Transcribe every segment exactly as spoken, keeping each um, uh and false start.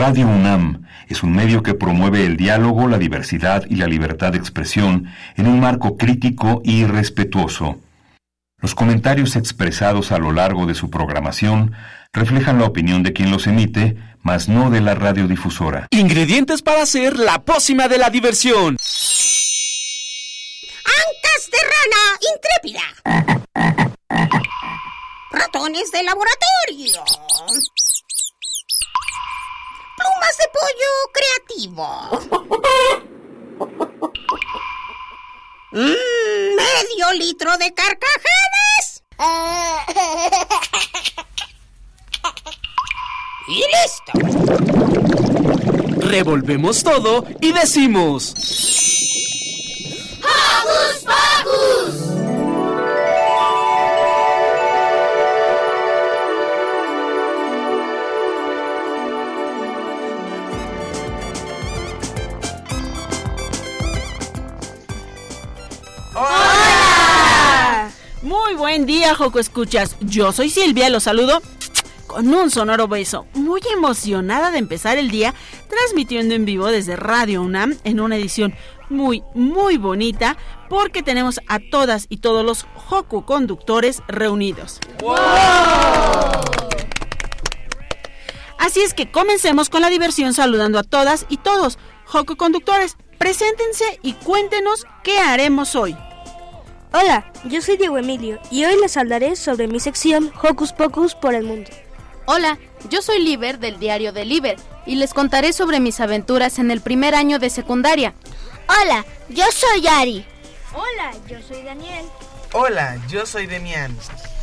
Radio UNAM es un medio que promueve el diálogo, la diversidad y la libertad de expresión en un marco crítico y respetuoso. Los comentarios expresados a lo largo de su programación reflejan la opinión de quien los emite, mas no de la radiodifusora. Ingredientes para hacer la pócima de la diversión. Ancas de rana intrépida. Ratones de laboratorio. Plumas de pollo creativo. Mm, medio litro de carcajadas. Y listo. Revolvemos todo y decimos: ¡Hocus Pocus! ¡Hola! Muy buen día, Joco Escuchas. Yo soy Silvia, los saludo con un sonoro beso. Muy emocionada de empezar el día transmitiendo en vivo desde Radio UNAM en una edición muy, muy bonita, porque tenemos a todas y todos los Joco conductores reunidos. ¡Wow! Así es que comencemos con la diversión saludando a todas y todos. Joco conductores, preséntense y cuéntenos qué haremos hoy. Hola, yo soy Diego Emilio y hoy les hablaré sobre mi sección Hocus Pocus por el mundo. Hola, yo soy Liber del diario de Liber y les contaré sobre mis aventuras en el primer año de secundaria. Hola, yo soy Ari. Hola, yo soy Daniel. Hola, yo soy Demián.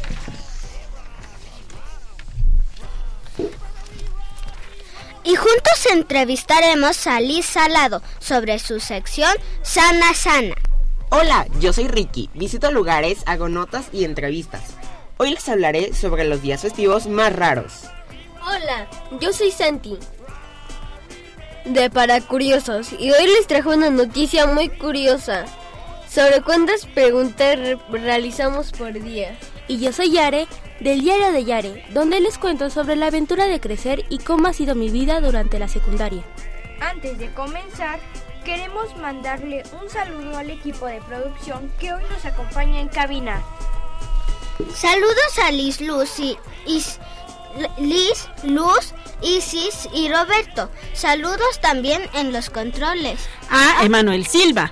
Y juntos entrevistaremos a Liz Salado sobre su sección Sana Sana. Hola, yo soy Ricky. Visito lugares, hago notas y entrevistas. Hoy les hablaré sobre los días festivos más raros. Hola, yo soy Santi, de Para Curiosos, y hoy les trajo una noticia muy curiosa sobre cuántas preguntas re- realizamos por día. Y yo soy Yare, del diario de Yare, donde les cuento sobre la aventura de crecer y cómo ha sido mi vida durante la secundaria. Antes de comenzar, queremos mandarle un saludo al equipo de producción que hoy nos acompaña en cabina. Saludos a Liz, Luz y Is, Liz, Luz, Isis y Roberto. Saludos también en los controles a Emanuel Silva.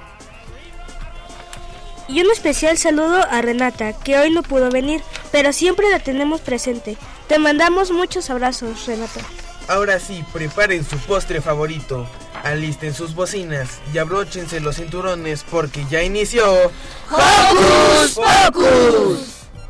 Y un especial saludo a Renata, que hoy no pudo venir, pero siempre la tenemos presente. Te mandamos muchos abrazos, Renata. Ahora sí, preparen su postre favorito, alisten sus bocinas y abróchense los cinturones porque ya inició ¡Hocus Pocus!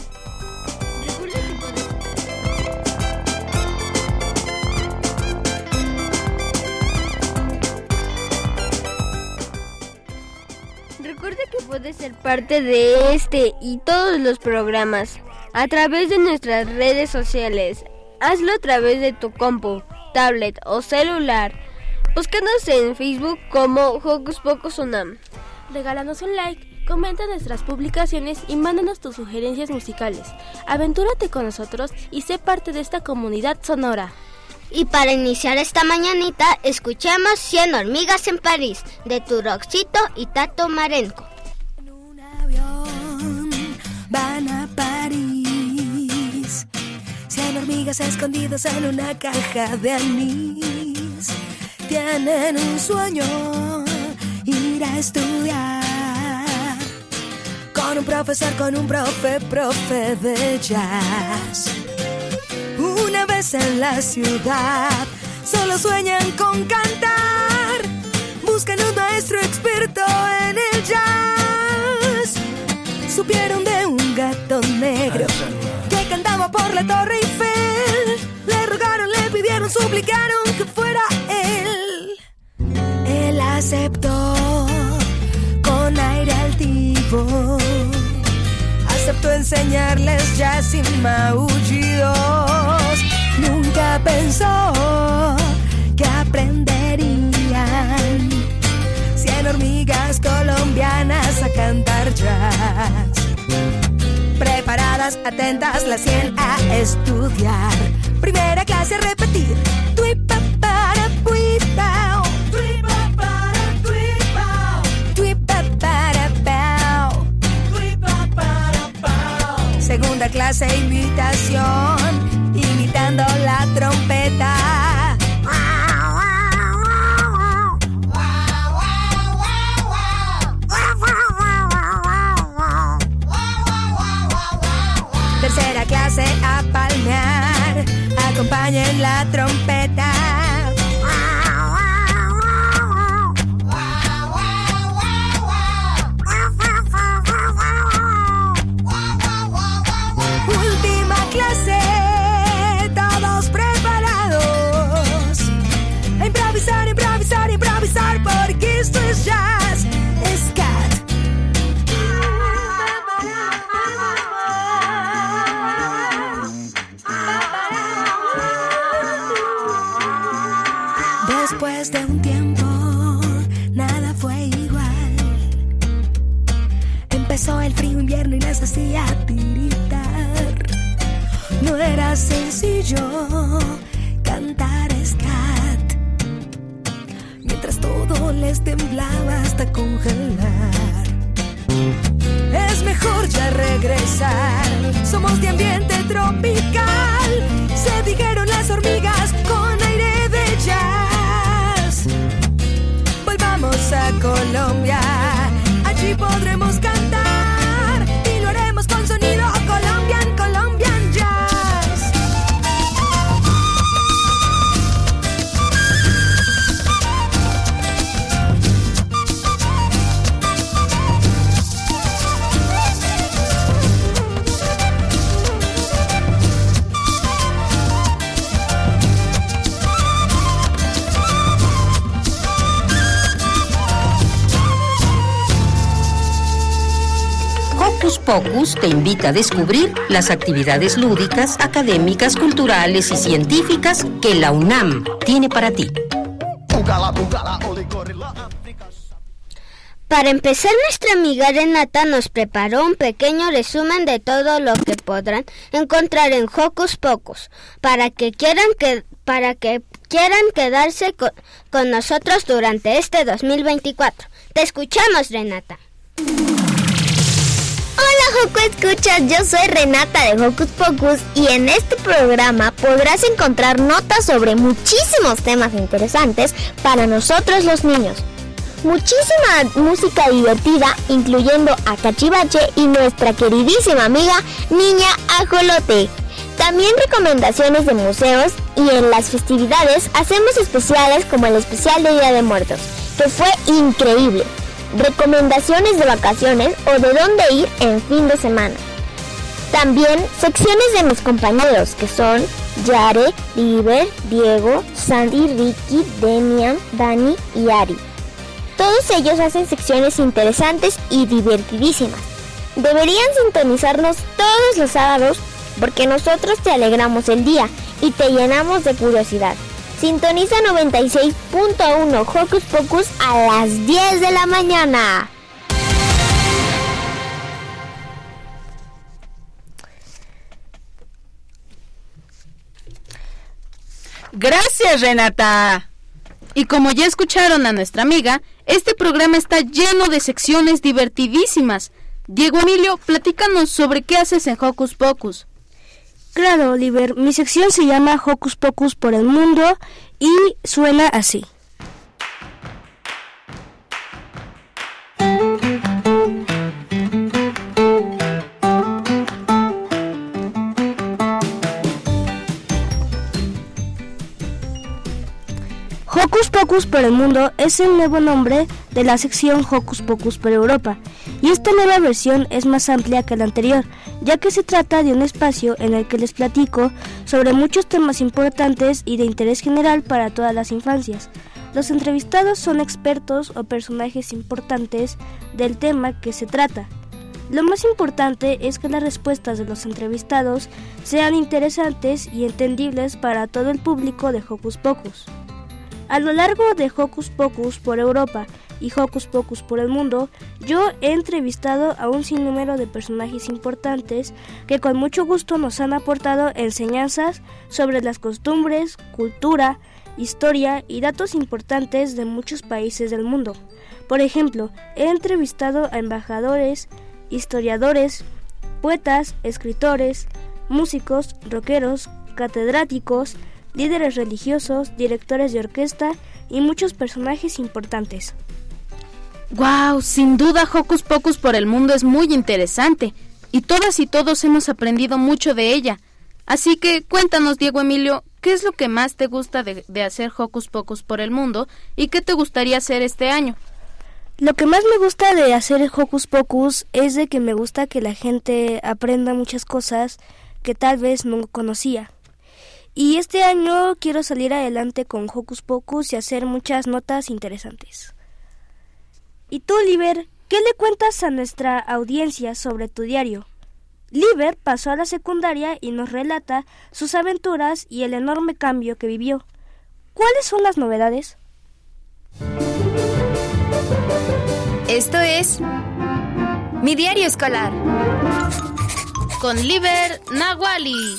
Recuerda que puedes ser parte de este y todos los programas a través de nuestras redes sociales. Hazlo a través de tu compu, tablet o celular. Búscanos en Facebook como Hocus Pocus UNAM. Regálanos un like, comenta nuestras publicaciones y mándanos tus sugerencias musicales. Aventúrate con nosotros y sé parte de esta comunidad sonora. Y para iniciar esta mañanita, escuchemos Cien hormigas en París, de Turoxito y Tato Marenco. En un avión van a París, cien hormigas escondidas en una caja de anís. Tienen un sueño, ir a estudiar con un profesor, con un profe, profe de jazz. Una vez en la ciudad, solo sueñan con cantar. Buscan un maestro experto en el jazz. Supieron de un gato negro que cantaba por la Torre Eiffel. Le rogaron, le pidieron, suplicaron que fuera él. Él aceptó con aire altivo. Aceptó enseñarles ya sin maullidos. Nunca pensó que aprenderían cien hormigas colombianas a cantar jazz. Preparadas, atentas, las cien a estudiar. Primera clase a repetir. Tui pa para después de un tiempo nada fue igual. Empezó el frío invierno y les hacía tiritar. No era sencillo cantar scat mientras todo les temblaba hasta congelar. Es mejor ya regresar, somos de ambiente tropical. Se dijeron las hormigas con aire de jazz. Volvamos a Colombia, allí podremos cantar y lo haremos con sonido Colombian, Colombian Jazz. Hocus Pocus te invita a descubrir las actividades lúdicas, académicas, culturales y científicas que la UNAM tiene para ti. Para empezar, nuestra amiga Renata nos preparó un pequeño resumen de todo lo que podrán encontrar en Hocus Pocus, para que quieran que para que quieran quedarse con, con nosotros durante este dos mil veinticuatro. Te escuchamos, Renata. Hola Joco Escuchas, yo soy Renata de Hocus Pocus y en este programa podrás encontrar notas sobre muchísimos temas interesantes para nosotros los niños. Muchísima música divertida, incluyendo a Cachivache y nuestra queridísima amiga Niña Ajolote. También recomendaciones de museos y en las festividades hacemos especiales como el especial de Día de Muertos, que fue increíble. Recomendaciones de vacaciones o de dónde ir en fin de semana. También secciones de mis compañeros que son Yare, Liber, Diego, Sandy, Ricky, Demian, Dani y Ari. Todos ellos hacen secciones interesantes y divertidísimas. Deberían sintonizarnos todos los sábados porque nosotros te alegramos el día y te llenamos de curiosidad. Sintoniza noventa y seis punto uno Hocus Pocus a las diez de la mañana. Gracias, Renata. Y como ya escucharon a nuestra amiga, este programa está lleno de secciones divertidísimas. Diego Emilio, platícanos sobre qué haces en Hocus Pocus. Claro, Oliver, mi sección se llama Hocus Pocus por el mundo y suena así. Hocus Pocus por el mundo es el nuevo nombre de la sección Hocus Pocus por Europa, y esta nueva versión es más amplia que la anterior, ya que se trata de un espacio en el que les platico sobre muchos temas importantes y de interés general para todas las infancias. Los entrevistados son expertos o personajes importantes del tema que se trata. Lo más importante es que las respuestas de los entrevistados sean interesantes y entendibles para todo el público de Hocus Pocus. A lo largo de Hocus Pocus por Europa y Hocus Pocus por el mundo, yo he entrevistado a un sinnúmero de personajes importantes que con mucho gusto nos han aportado enseñanzas sobre las costumbres, cultura, historia y datos importantes de muchos países del mundo. Por ejemplo, he entrevistado a embajadores, historiadores, poetas, escritores, músicos, rockeros, catedráticos, líderes religiosos, directores de orquesta y muchos personajes importantes. ¡Wow! Sin duda Hocus Pocus por el mundo es muy interesante y todas y todos hemos aprendido mucho de ella. Así que cuéntanos, Diego Emilio, ¿qué es lo que más te gusta de, de hacer Hocus Pocus por el mundo y qué te gustaría hacer este año? Lo que más me gusta de hacer Hocus Pocus es de que me gusta que la gente aprenda muchas cosas que tal vez no conocía. Y este año quiero salir adelante con Hocus Pocus y hacer muchas notas interesantes. ¿Y tú, Liber, qué le cuentas a nuestra audiencia sobre tu diario? Liber pasó a la secundaria y nos relata sus aventuras y el enorme cambio que vivió. ¿cuáles son las novedades? Esto es Mi Diario Escolar con Liber Nahuali.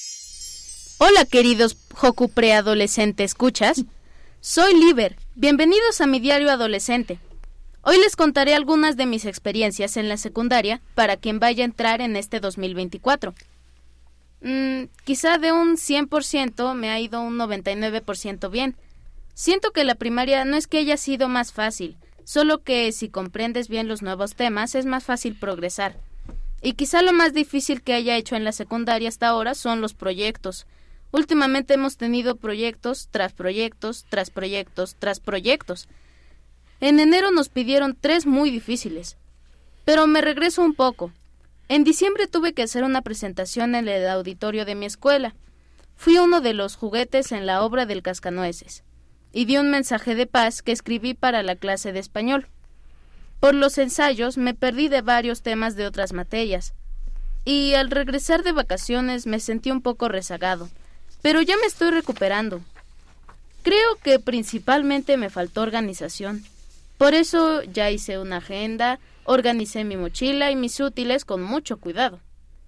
Hola queridos Joku preadolescente escuchas, soy Liber, bienvenidos a mi diario adolescente. Hoy les contaré algunas de mis experiencias en la secundaria para quien vaya a entrar en este dos mil veinticuatro. Mm, quizá de un cien por ciento me ha ido un noventa y nueve por ciento bien. Siento que la primaria no es que haya sido más fácil, solo que si comprendes bien los nuevos temas es más fácil progresar. Y quizá lo más difícil que haya hecho en la secundaria hasta ahora son los proyectos. Últimamente hemos tenido proyectos tras proyectos, tras proyectos, tras proyectos. En enero nos pidieron tres muy difíciles. Pero me regreso un poco. En diciembre tuve que hacer una presentación en el auditorio de mi escuela. Fui uno de los juguetes en la obra del Cascanueces. Y di un mensaje de paz que escribí para la clase de español. Por los ensayos me perdí de varios temas de otras materias. Y al regresar de vacaciones me sentí un poco rezagado. Pero ya me estoy recuperando. Creo que principalmente me faltó organización. Por eso ya hice una agenda, organicé mi mochila y mis útiles con mucho cuidado.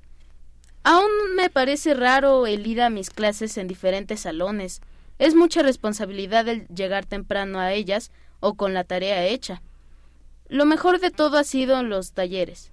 Aún me parece raro el ir a mis clases en diferentes salones. Es mucha responsabilidad el llegar temprano a ellas o con la tarea hecha. Lo mejor de todo ha sido los talleres.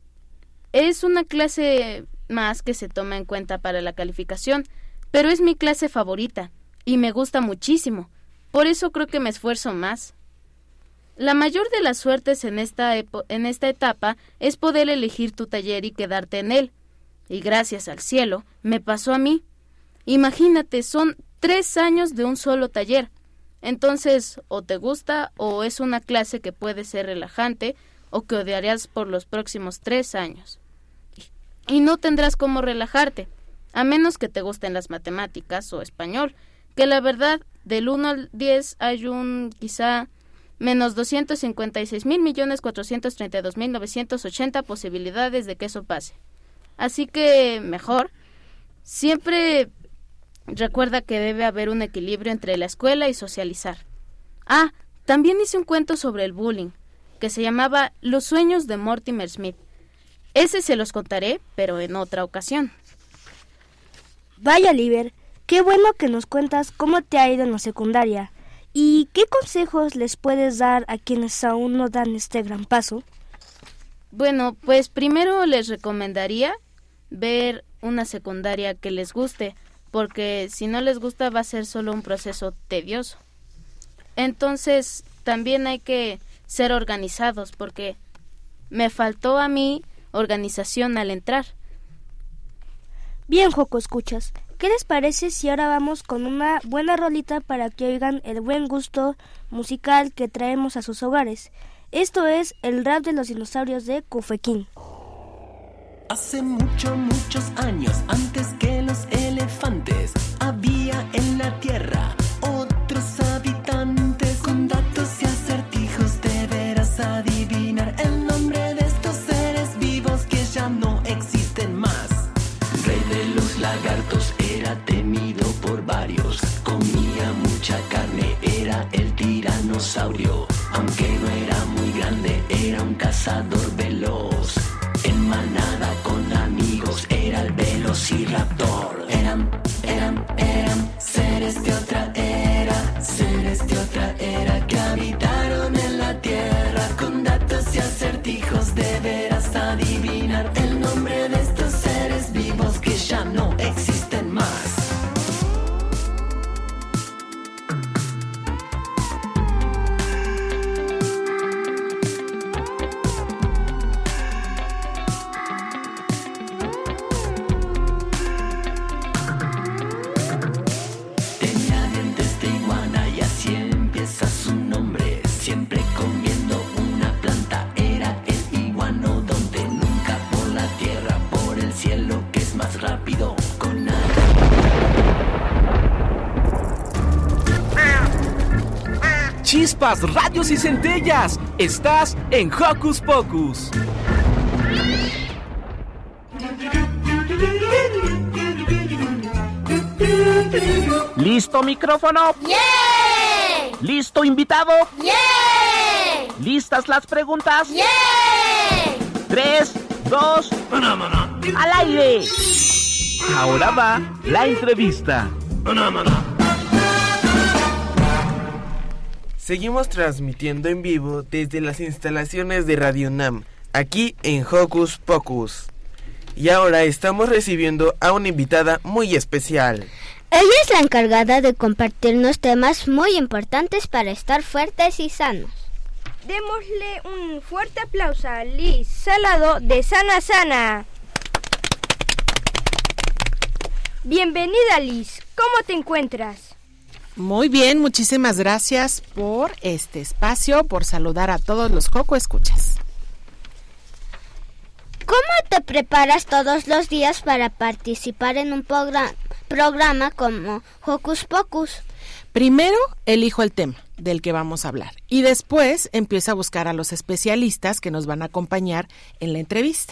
Es una clase más que se toma en cuenta para la calificación, pero es mi clase favorita y me gusta muchísimo. Por eso creo que me esfuerzo más. La mayor de las suertes en esta, epo- en esta etapa es poder elegir tu taller y quedarte en él. Y gracias al cielo, me pasó a mí. Imagínate, son tres años de un solo taller. Entonces, o te gusta o es una clase que puede ser relajante o que odiarías por los próximos tres años. Y no tendrás cómo relajarte, a menos que te gusten las matemáticas o español, que la verdad, del uno al diez hay un quizá menos doscientos cincuenta y seis mil millones cuatrocientos treinta y dos mil novecientos ochenta posibilidades de que eso pase. Así que, mejor, siempre recuerda que debe haber un equilibrio entre la escuela y socializar. Ah, también hice un cuento sobre el bullying, que se llamaba Los sueños de Mortimer Smith. Ese se los contaré, pero en otra ocasión. Vaya, Liber, qué bueno que nos cuentas cómo te ha ido en la secundaria. ¿Y qué consejos les puedes dar a quienes aún no dan este gran paso? Bueno, pues primero les recomendaría ver una secundaria que les guste, porque si no les gusta va a ser solo un proceso tedioso. Entonces, también hay que ser organizados, porque me faltó a mí organización al entrar. Bien, Joco, escuchas. ¿Qué les parece si ahora vamos con una buena rolita para que oigan el buen gusto musical que traemos a sus hogares? Esto es el rap de los dinosaurios de Cufequín. Hace mucho, muchos años, antes que los elefantes, había en la tierra otros habitantes. Con datos y acertijos deberás adivinar el nombre de estos seres vivos que ya no existen más. Rey de los lagartos, era temido por varios. Comía mucha carne, era el tiranosaurio. Aunque no era muy grande, era un cazador veloz. En manada con amigos, era el velociraptor. Eran, eran, eran seres de otra era. Seres de otra era que habitaron en la tierra. Con datos y acertijos deberás adivinar el nombre de estos seres vivos que ya no existen más. Tenía dientes de iguana y así empieza su nombre. Siempre comiendo una planta, era el iguanodonte. Nunca por la tierra, por el cielo, que es más rápido con nada. Chispas, radios y centellas. Estás en Hocus Pocus. ¿Listo micrófono? ¡Yeah! ¿Listo invitado? ¡Yeah! ¿Listas las preguntas? ¡Yeah! Tres, dos, al aire. Ahora va la entrevista. Seguimos transmitiendo en vivo desde las instalaciones de Radio UNAM, aquí en Hocus Pocus. Y ahora estamos recibiendo a una invitada muy especial. Ella es la encargada de compartirnos temas muy importantes para estar fuertes y sanos. Démosle un fuerte aplauso a Liz Salado de Sana Sana. Bienvenida, Liz. ¿Cómo te encuentras? Muy bien, muchísimas gracias por este espacio, por saludar a todos los Joco Escuchas. ¿Cómo te preparas todos los días para participar en un programa, programa como Hocus Pocus? Primero elijo el tema del que vamos a hablar y después empiezo a buscar a los especialistas que nos van a acompañar en la entrevista.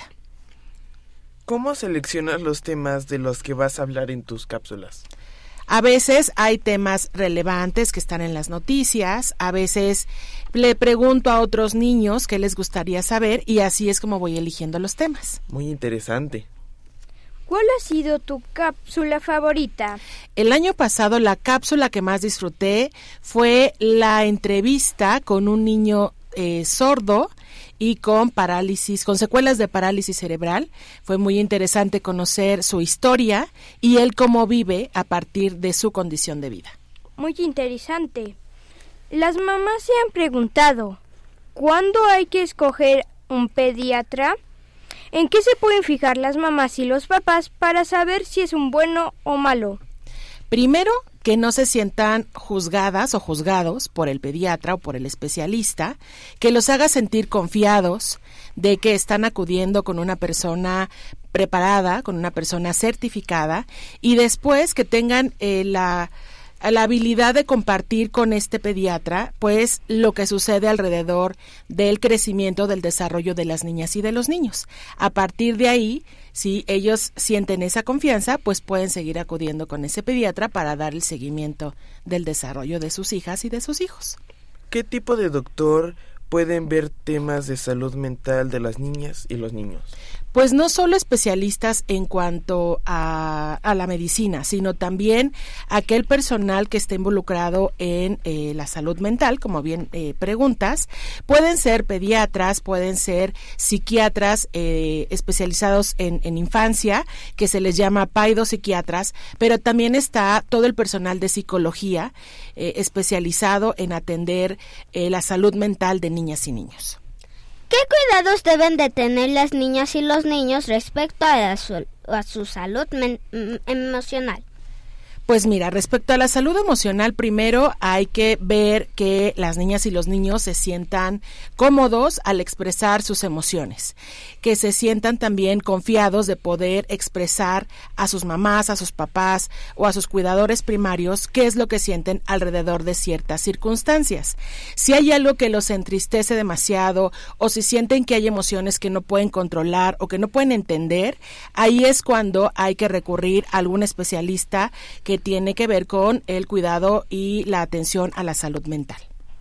¿Cómo seleccionas los temas de los que vas a hablar en tus cápsulas? A veces hay temas relevantes que están en las noticias, a veces le pregunto a otros niños qué les gustaría saber y así es como voy eligiendo los temas. Muy interesante. ¿Cuál ha sido tu cápsula favorita? El año pasado la cápsula que más disfruté fue la entrevista con un niño eh, sordo y con parálisis, con secuelas de parálisis cerebral. Fue muy interesante conocer su historia y él cómo vive a partir de su condición de vida. Muy interesante. Las mamás se han preguntado, ¿cuándo hay que escoger un pediatra? ¿En qué se pueden fijar las mamás y los papás para saber si es un bueno o malo? Primero, que no se sientan juzgadas o juzgados por el pediatra o por el especialista, que los haga sentir confiados de que están acudiendo con una persona preparada, con una persona certificada, y después que tengan eh, la... la habilidad de compartir con este pediatra, pues, lo que sucede alrededor del crecimiento, del desarrollo de las niñas y de los niños. A partir de ahí, si ellos sienten esa confianza, pues pueden seguir acudiendo con ese pediatra para dar el seguimiento del desarrollo de sus hijas y de sus hijos. ¿Qué tipo de doctor pueden ver temas de salud mental de las niñas y los niños? Pues no solo especialistas en cuanto a, a la medicina, sino también aquel personal que esté involucrado en eh, la salud mental, como bien eh, preguntas. Pueden ser pediatras, pueden ser psiquiatras eh, especializados en, en infancia, que se les llama paidopsiquiatras, pero también está todo el personal de psicología eh, especializado en atender eh, la salud mental de niñas y niños. ¿Qué cuidados deben de tener las niñas y los niños respecto a, la su, a su salud men, emocional? Pues mira, respecto a la salud emocional, primero hay que ver que las niñas y los niños se sientan cómodos al expresar sus emociones, que se sientan también confiados de poder expresar a sus mamás, a sus papás o a sus cuidadores primarios qué es lo que sienten alrededor de ciertas circunstancias. Si hay algo que los entristece demasiado o si sienten que hay emociones que no pueden controlar o que no pueden entender, ahí es cuando hay que recurrir a algún especialista que tiene que ver con el cuidado y la atención a la salud mental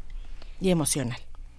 y emocional.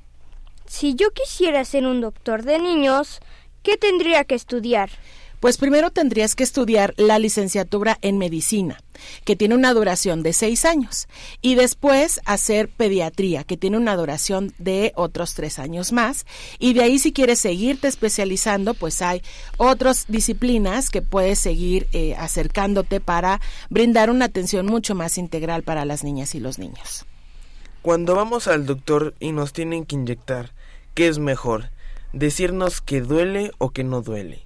Si yo quisiera ser un doctor de niños, ¿qué tendría que estudiar? Pues primero tendrías que estudiar la licenciatura en medicina, que tiene una duración de seis años, y después hacer pediatría, que tiene una duración de otros tres años más, y de ahí si quieres seguirte especializando, pues hay otras disciplinas que puedes seguir eh, acercándote para brindar una atención mucho más integral para las niñas y los niños. Cuando vamos al doctor y nos tienen que inyectar, ¿qué es mejor? ¿Decirnos que duele o que no duele?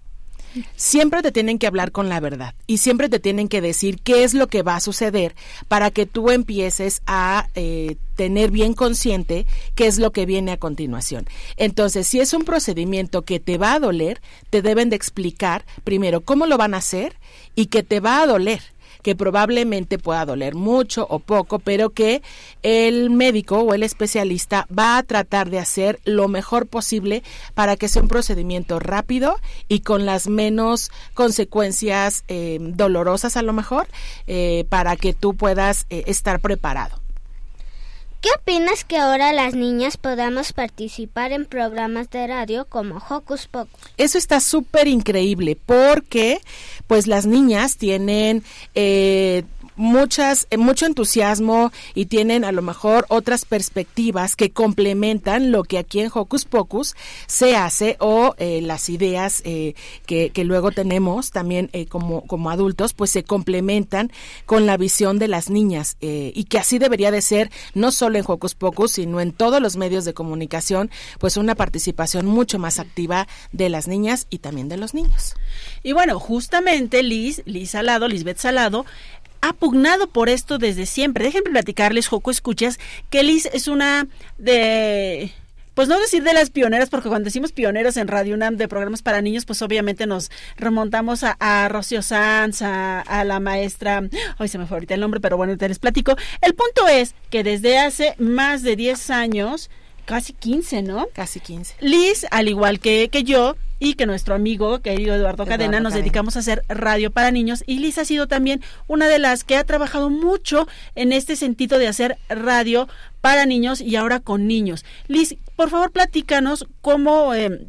Siempre te tienen que hablar con la verdad y siempre te tienen que decir qué es lo que va a suceder para que tú empieces a eh, tener bien consciente qué es lo que viene a continuación. Entonces, si es un procedimiento que te va a doler, te deben de explicar primero cómo lo van a hacer y que te va a doler. que probablemente pueda doler mucho o poco, pero que el médico o el especialista va a tratar de hacer lo mejor posible para que sea un procedimiento rápido y con las menos consecuencias eh, dolorosas a lo mejor, eh, para que tú puedas eh, estar preparado. ¿Qué opinas que ahora las niñas podamos participar en programas de radio como Hocus Pocus? Eso está súper increíble porque pues las niñas tienen eh, muchas, eh, mucho entusiasmo y tienen a lo mejor otras perspectivas que complementan lo que aquí en Hocus Pocus se hace o eh, las ideas eh, que, que luego tenemos también eh, como, como adultos, pues se complementan con la visión de las niñas eh, y que así debería de ser no solo en Hocus Pocus, sino en todos los medios de comunicación, pues una participación mucho más activa de las niñas y también de los niños. Y bueno, justamente Liz, Liz Salado, Lisbeth Salado, ha pugnado por esto desde siempre. Déjenme platicarles, Joco Escuchas, que Liz es una de... Pues no decir de las pioneras, porque cuando decimos pioneros en Radio UNAM de programas para niños, pues obviamente nos remontamos a, a Rocío Sanz, a, a la maestra, hoy se me fue ahorita el nombre, pero bueno, te les platico. El punto es que desde hace más de diez años, casi quince, ¿no? Casi quince. Liz, al igual que, que yo, y que nuestro amigo, querido Eduardo, Eduardo Cadena, nos Cadena. dedicamos a hacer radio para niños, y Liz ha sido también una de las que ha trabajado mucho en este sentido de hacer radio para niños y ahora con niños. Liz, por favor, platícanos cómo eh,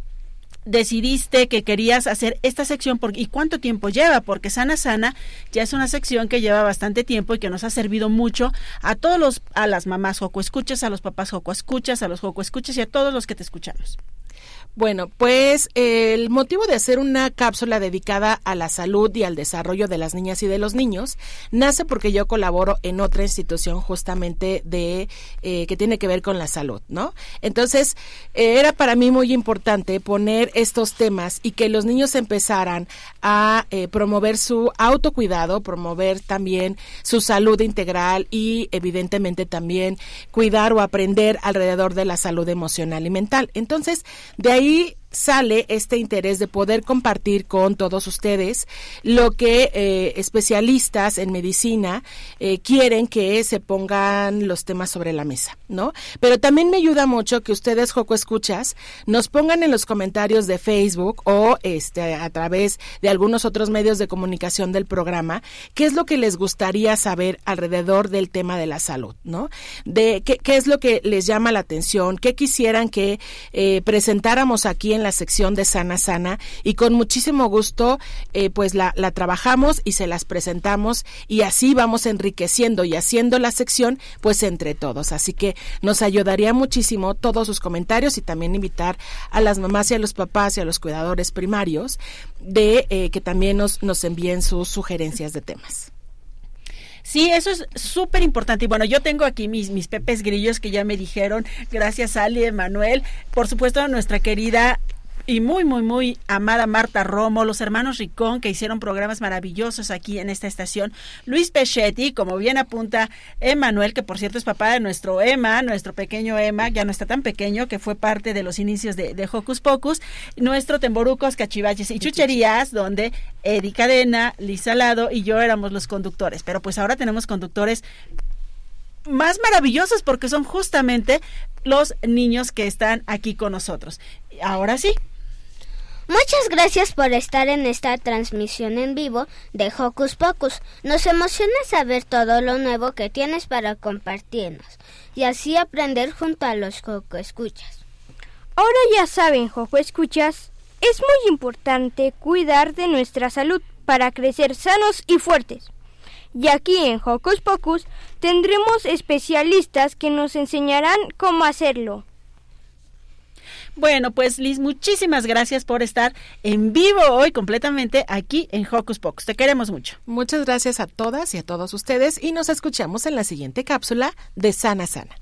decidiste que querías hacer esta sección por, y cuánto tiempo lleva, porque Sana Sana ya es una sección que lleva bastante tiempo y que nos ha servido mucho a todos los, a las mamás Joco Escuchas, a los papás Joco Escuchas, a los Joco Escuchas y a todos los que te escuchamos. Bueno, pues el motivo de hacer una cápsula dedicada a la salud y al desarrollo de las niñas y de los niños nace porque yo colaboro en otra institución justamente de eh, que tiene que ver con la salud, ¿no? Entonces, eh, era para mí muy importante poner estos temas y que los niños empezaran a eh, promover su autocuidado, promover también su salud integral y evidentemente también cuidar o aprender alrededor de la salud emocional y mental. Entonces, de ahí Ahí sale este interés de poder compartir con todos ustedes lo que eh, especialistas en medicina eh, quieren que se pongan los temas sobre la mesa, ¿no? Pero también me ayuda mucho que ustedes, Joco Escuchas, nos pongan en los comentarios de Facebook o este a través de algunos otros medios de comunicación del programa qué es lo que les gustaría saber alrededor del tema de la salud, ¿no? De qué, qué es lo que les llama la atención, qué quisieran que eh, presentáramos aquí en la sección de Sana Sana, y con muchísimo gusto eh, pues la, la trabajamos y se las presentamos, y así vamos enriqueciendo y haciendo la sección pues entre todos. Así que nos ayudaría muchísimo todos sus comentarios y también invitar a las mamás y a los papás y a los cuidadores primarios de eh, que también nos, nos envíen sus sugerencias de temas. Sí, eso es súper importante. Y bueno, yo tengo aquí mis, mis pepes grillos que ya me dijeron, gracias Ali, Emanuel, por supuesto nuestra querida y muy, muy, muy amada Marta Romo, los hermanos Ricón, que hicieron programas maravillosos aquí en esta estación, Luis Pechetti, como bien apunta Emanuel, que por cierto es papá de nuestro Emma, nuestro pequeño Emma, ya no está tan pequeño, que fue parte de los inicios de, de Hocus Pocus, nuestro Temborucos, Cachivaches y Chucherías, donde Eddie Cadena, Liz Salado y yo éramos los conductores, pero pues ahora tenemos conductores más maravillosos porque son justamente los niños que están aquí con nosotros. Ahora sí. Muchas gracias por estar en esta transmisión en vivo de Hocus Pocus. Nos emociona saber todo lo nuevo que tienes para compartirnos y así aprender junto a los Joco Escuchas. Ahora ya saben, Joco Escuchas, es muy importante cuidar de nuestra salud para crecer sanos y fuertes. Y aquí en Hocus Pocus tendremos especialistas que nos enseñarán cómo hacerlo. Bueno, pues Liz, muchísimas gracias por estar en vivo hoy completamente aquí en Hocus Pocus. Te queremos mucho. Muchas gracias a todas y a todos ustedes y nos escuchamos en la siguiente cápsula de Sana Sana.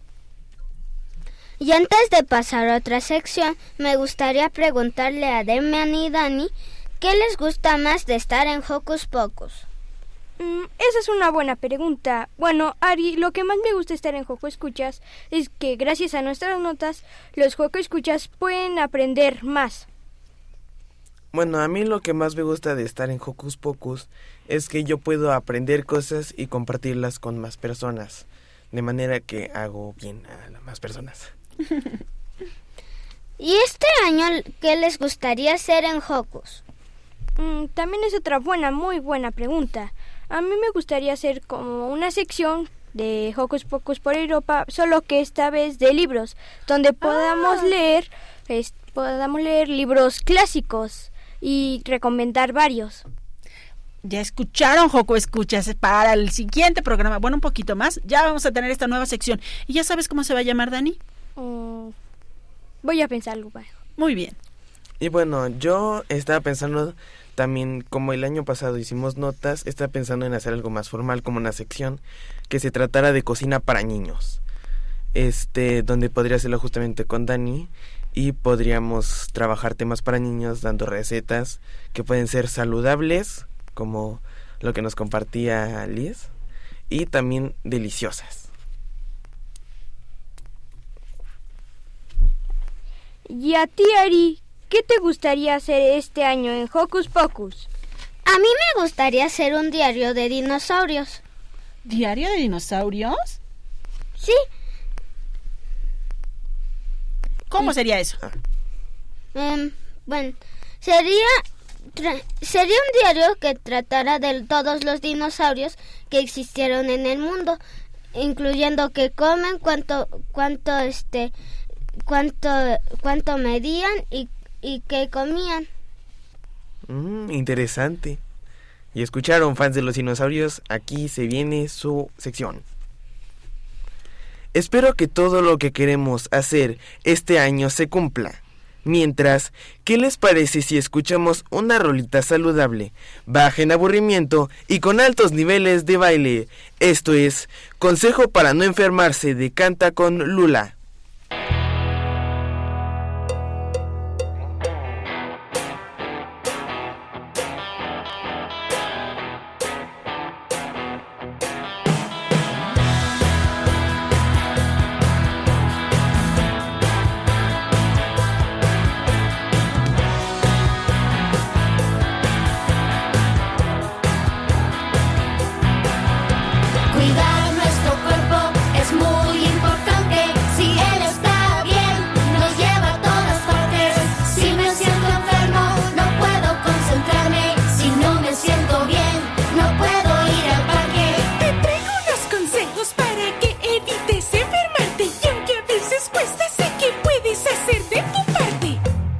Y antes de pasar a otra sección, me gustaría preguntarle a Demian y Dani ¿qué les gusta más de estar en Hocus Pocus? Mm, esa es una buena pregunta. Bueno, Ari, lo que más me gusta estar en Joco Escuchas es que gracias a nuestras notas, los Joco Escuchas pueden aprender más. Bueno, a mí lo que más me gusta de estar en Hocus Pocus es que yo puedo aprender cosas y compartirlas con más personas, de manera que hago bien a las más personas. ¿Y este año qué les gustaría hacer en Hocus? Mm, también es otra buena, muy buena pregunta. A mí me gustaría hacer como una sección de Hocus Pocus por Europa, solo que esta vez de libros, donde podamos ah. leer, es, podamos leer libros clásicos y recomendar varios. Ya escucharon, Joco Escuchas, para el siguiente programa, bueno, un poquito más, ya vamos a tener esta nueva sección. ¿Y ya sabes cómo se va a llamar, Dani? Mm, voy a pensarlo. Muy bien. Y bueno, yo estaba pensando también, como el año pasado hicimos notas, estaba pensando en hacer algo más formal, como una sección que se tratara de cocina para niños. Este, donde podría hacerlo justamente con Dani y podríamos trabajar temas para niños dando recetas que pueden ser saludables, como lo que nos compartía Liz, y también deliciosas. ¿Y a ti, Ari, qué te gustaría hacer este año en Hocus Pocus? A mí me gustaría hacer un diario de dinosaurios. ¿Diario de dinosaurios? Sí. ¿Cómo sería eso? Um, bueno, sería tra- sería un diario que tratara de todos los dinosaurios que existieron en el mundo, incluyendo qué comen, cuánto cuánto este cuánto cuánto medían y y qué comían. Mm, interesante. Y escucharon, fans de los dinosaurios, aquí se viene su sección. Espero que todo lo que queremos hacer este año se cumpla. Mientras, ¿qué les parece si escuchamos una rolita saludable, baja en aburrimiento y con altos niveles de baile? Esto es Consejo para no enfermarse de Canta con Lula. Cuidar nuestro cuerpo es muy importante. Si él está bien, nos lleva a todas partes. Si me siento enfermo, no puedo concentrarme. Si no me siento bien, no puedo ir al parque. Te traigo unos consejos para que evites enfermarte. Y aunque a veces cuesta, sé que puedes hacer de tu parte.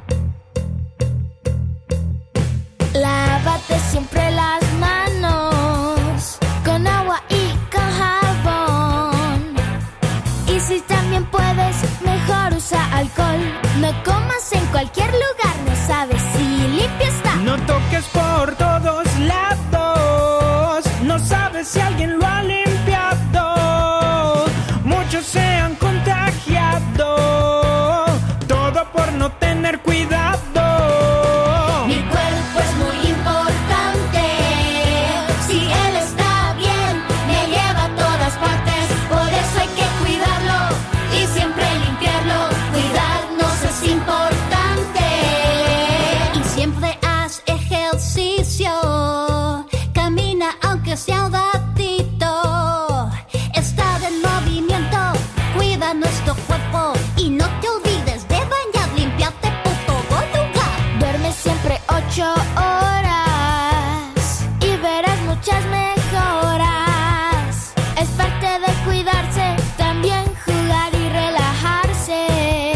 Lávate siempre las manos con agua y con jabón. Y si también puedes, mejor usa alcohol. No comas en cualquier lugar, no sabes si limpio está. No toques por todos lados, no sabes si alguien lo ha limpiado. Muchos se han contagiado, todo por no tener cuidado. Mi cuerpo es muy importante. Si él está bien, me lleva a todas partes. Por eso hay que cuidarlo y siempre limpiarlo. Cuidarnos es importante. Y siempre haz ejercicio. Camina aunque sea un ratito. Estar en movimiento. Cuida nuestro cuerpo. Y no te olvides de bañar, limpiarte por todo lugar. Duerme siempre ocho horas y verás muchas mejoras. Es parte de cuidarse, también jugar y relajarse.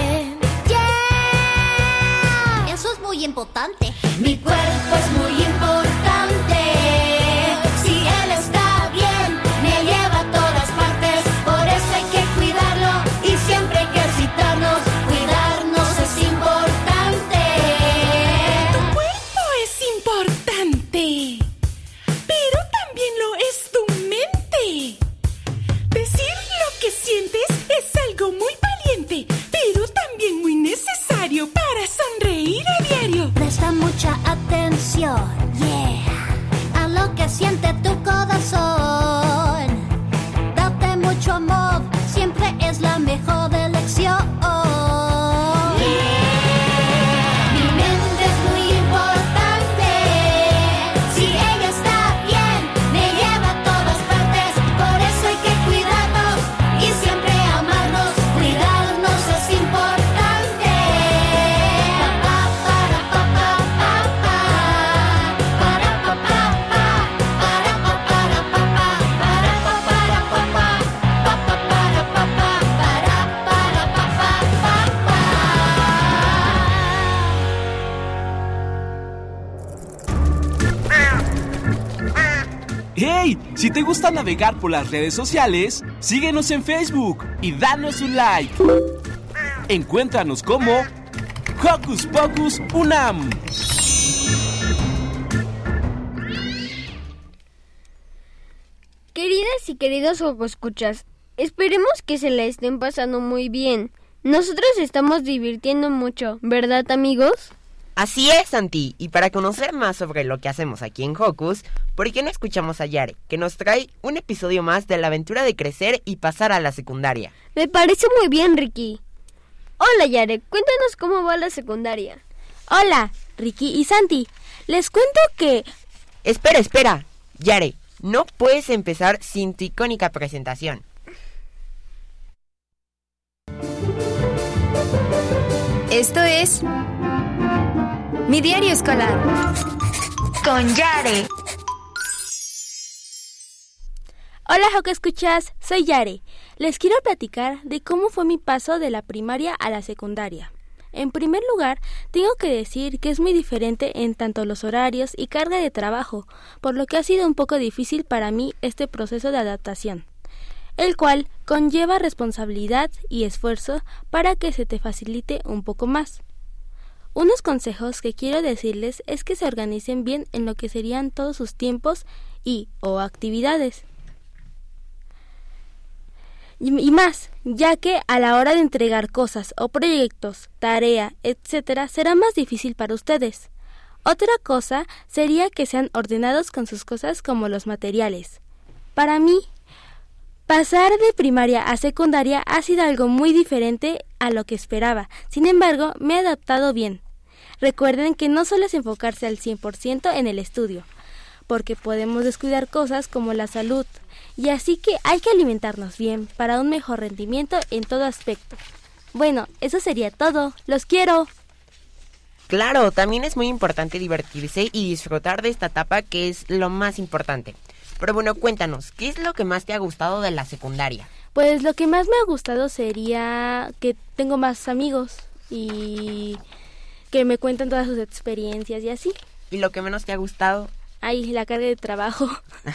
Yeah. Eso es muy importante. Mi cuerpo es muy importante. Si él está bien, me lleva a todas partes. Por eso hay que cuidarlo y siempre ejercitarnos. Cuidarnos es importante. Tu cuerpo es importante, pero también lo es tu mente. Decir lo que sientes es algo muy valiente, pero también muy necesario para sonreír a diario. Presta mucha atención, yeah, a lo que siente tu corazón. Date mucho amor, siempre es la mejor elección. Mi mente es muy importante. Si te gusta navegar por las redes sociales, síguenos en Facebook y danos un like. Encuéntranos como Hocus Pocus UNAM. Queridas y queridos escuchas, esperemos que se la estén pasando muy bien. Nosotros estamos divirtiendo mucho, ¿verdad, amigos? Así es, Santi. Y para conocer más sobre lo que hacemos aquí en Hocus, ¿por qué no escuchamos a Yare, que nos trae un episodio más de la aventura de crecer y pasar a la secundaria? Me parece muy bien, Ricky. Hola, Yare, cuéntanos cómo va la secundaria. Hola, Ricky y Santi. Les cuento que... Espera, espera. Yare, no puedes empezar sin tu icónica presentación. Esto es Mi Diario Escolar con Yare. Hola, Joco Escuchas, soy Yare. Les quiero platicar de cómo fue mi paso de la primaria a la secundaria. En primer lugar, tengo que decir que es muy diferente en tanto los horarios y carga de trabajo, por lo que ha sido un poco difícil para mí este proceso de adaptación, el cual conlleva responsabilidad y esfuerzo para que se te facilite un poco más. Unos consejos que quiero decirles es que se organicen bien en lo que serían todos sus tiempos y o actividades. Y más, ya que a la hora de entregar cosas o proyectos, tarea, etcétera, será más difícil para ustedes. Otra cosa sería que sean ordenados con sus cosas como los materiales. Para mí, pasar de primaria a secundaria ha sido algo muy diferente a lo que esperaba. Sin embargo, me he adaptado bien. Recuerden que no solo es enfocarse al cien por ciento en el estudio, porque podemos descuidar cosas como la salud, y así que hay que alimentarnos bien para un mejor rendimiento en todo aspecto. Bueno, eso sería todo. ¡Los quiero! Claro, también es muy importante divertirse y disfrutar de esta etapa, que es lo más importante. Pero bueno, cuéntanos, ¿qué es lo que más te ha gustado de la secundaria? Pues lo que más me ha gustado sería que tengo más amigos y que me cuentan todas sus experiencias y así. ¿Y lo que menos te ha gustado? Ay, la carga de trabajo.